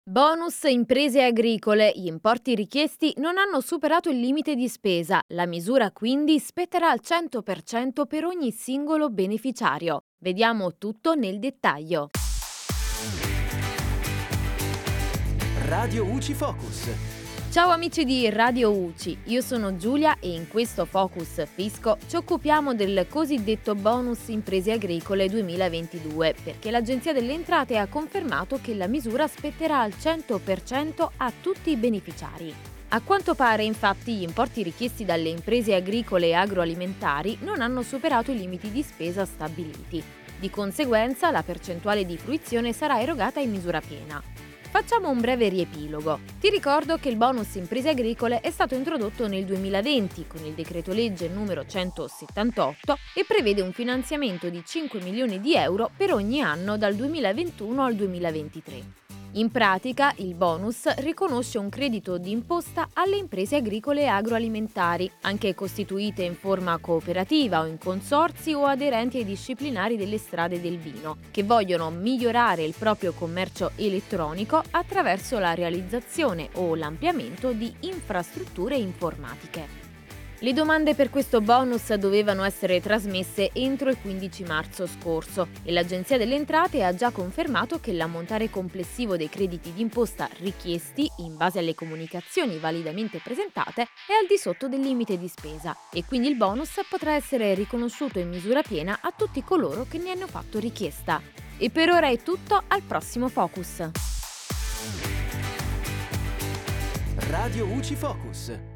Bonus imprese agricole, gli importi richiesti non hanno superato il limite di spesa, la misura quindi spetterà al 100% per ogni singolo beneficiario. Vediamo tutto nel dettaglio. Radio UCI Focus. Ciao amici di Radio UCI, io sono Giulia e in questo Focus Fisco ci occupiamo del cosiddetto bonus imprese agricole 2022 perché l'Agenzia delle Entrate ha confermato che la misura spetterà al 100% a tutti i beneficiari. A quanto pare, infatti, gli importi richiesti dalle imprese agricole e agroalimentari non hanno superato i limiti di spesa stabiliti. Di conseguenza, la percentuale di fruizione sarà erogata in misura piena. Facciamo un breve riepilogo. Ti ricordo che il bonus imprese agricole è stato introdotto nel 2020 con il decreto legge numero 178 e prevede un finanziamento di 5 milioni di euro per ogni anno dal 2021 al 2023. In pratica, il bonus riconosce un credito d'imposta alle imprese agricole e agroalimentari, anche costituite in forma cooperativa o in consorzi o aderenti ai disciplinari delle strade del vino, che vogliono migliorare il proprio commercio elettronico attraverso la realizzazione o l'ampliamento di infrastrutture informatiche. Le domande per questo bonus dovevano essere trasmesse entro il 15 marzo scorso e l'Agenzia delle Entrate ha già confermato che l'ammontare complessivo dei crediti d'imposta richiesti, in base alle comunicazioni validamente presentate, è al di sotto del limite di spesa e quindi il bonus potrà essere riconosciuto in misura piena a tutti coloro che ne hanno fatto richiesta. E per ora è tutto, al prossimo Focus. Radio UCI Focus.